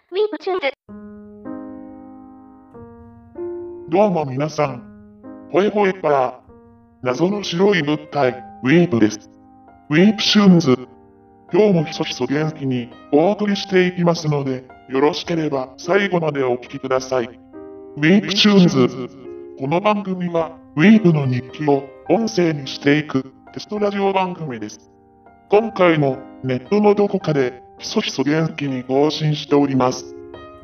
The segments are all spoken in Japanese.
ウィープチューンズ。 どうも皆さん、ほえほえパー。謎の白い物体、ウィープです。ウィープシューンズ。今日もひそひそ元気にお送りしていきますので、よろしければ最後までお聞きください。ウィープシューンズ。この番組は、ウィープの日記を音声にしていくテストラジオ番組です。今回もネットのどこかでひそひそ元気に更新しております。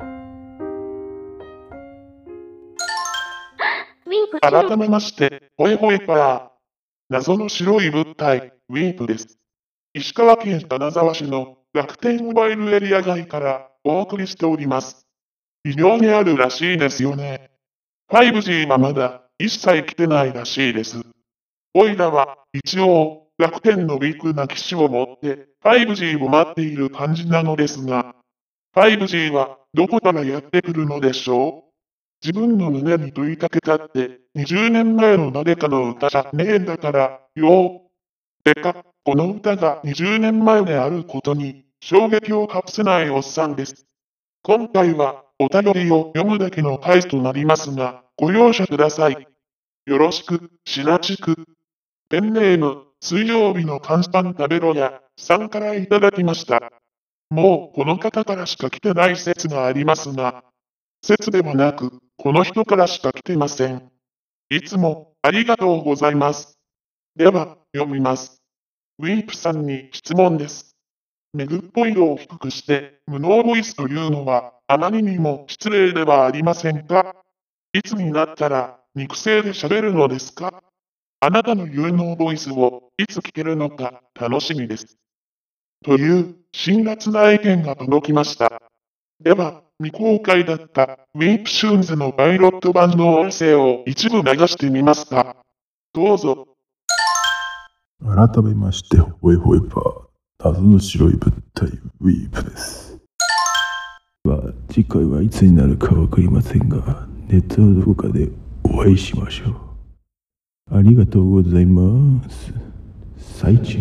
ウィープチューンズ。 改めまして、ほえほえパー。謎の白い物体、ウィープです。石川県金沢市の楽天モバイルエリア外からお送りしております。微妙にあるらしいですよね。5G はまだ一切来てないらしいです。おいらは一応楽天のビッグな機種を持って 5G を待っている感じなのですが、5G はどこからやってくるのでしょう？自分の胸に問いかけたって20年前の誰かの歌じゃねえんだからよ。てか、この歌が20年前であることに衝撃を隠せないおっさんです。今回はお便りを読むだけの回となりますが、ご容赦ください。よろしく、しなちく。ペンネーム、水曜日の乾パン食べろや、さんからいただきました。もうこの方からしか来てない説がありますが、説ではなく、この人からしか来てません。いつもありがとうございます。では、読みます。ウィープさんに質問です。メグっぽい度を低くして、無能ボイスというのは、あまりにも失礼ではありませんか？いつになったら、肉声で喋るのですか？あなたの有能ボイスを、いつ聞けるのか、楽しみです。という、辛辣な意見が届きました。では、未公開だった、ウィープシューンズのパイロット版の音声を一部流してみますか？どうぞ。 改めまして、ホエホエパー。謎の白い物体、ウィープです。次回はいつになるかわかりませんが、ネットのどこかでお会いしましょう。ありがとうございます。最中。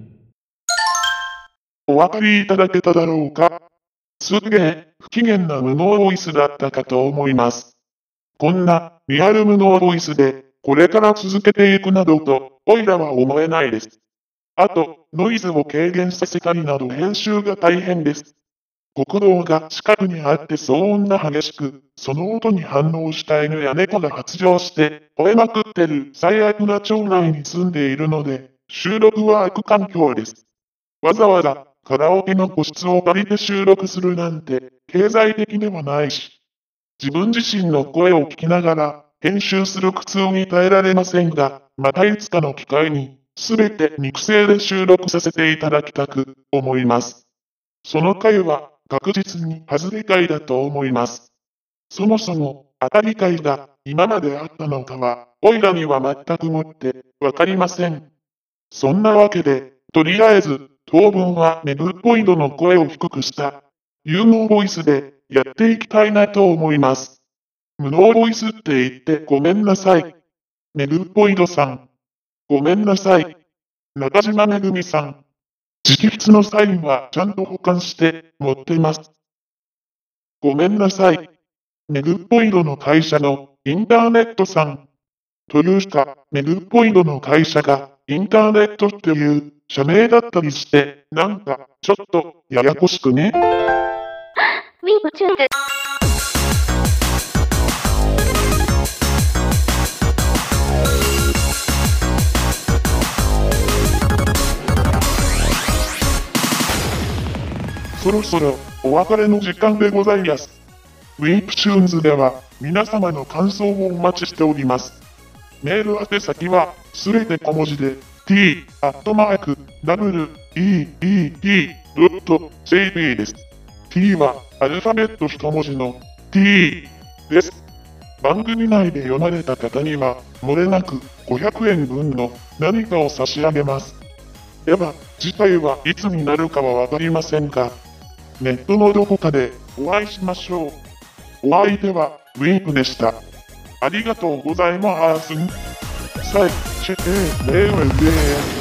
お分かりいただけただろうか？すげえ、不機嫌な無能ボイスだったかと思います。こんな、リアル無能ボイスで、これから続けていくなどと、おいらは思えないです。あと、ノイズを軽減させたりなど編集が大変です。国道が近くにあって騒音が激しく、その音に反応した犬や猫が発情して、吠えまくってる最悪な町内に住んでいるので、収録は悪環境です。わざわざカラオケの個室を借りて収録するなんて、経済的ではないし、自分自身の声を聞きながら、編集する苦痛に耐えられませんが、またいつかの機会に、すべて肉声で収録させていただきたく思います。その回は確実に外れ回だと思います。そもそも当たり回が今まであったのかは、おいらには全くもってわかりません。そんなわけで、とりあえず当分はメグっぽい度の声を低くした有能ボイスでやっていきたいなと思います。無能ボイスって言ってごめんなさい。メグっぽい度さん。ごめんなさい。中島めぐみさん。直筆のサインはちゃんと保管して持ってます。ごめんなさい。メグっぽい度の会社のインターネットさん。というか、メグっぽい度の会社がインターネットっていう社名だったりして、なんかちょっとややこしくね？ ウィープチューンズ。 そろそろお別れの時間でございます。ウィープチューンズでは皆様の感想をお待ちしております。メール宛先はすべて小文字で t@weet.jp です。t はアルファベット一文字の t です。番組内で読まれた方には漏れなく500円分の何かを差し上げます。では次回はいつになるかはわかりませんが、ネットのどこかでお会いしましょう。お相手はウィープでした。ありがとうございます。さい、チェー、レーウェイ。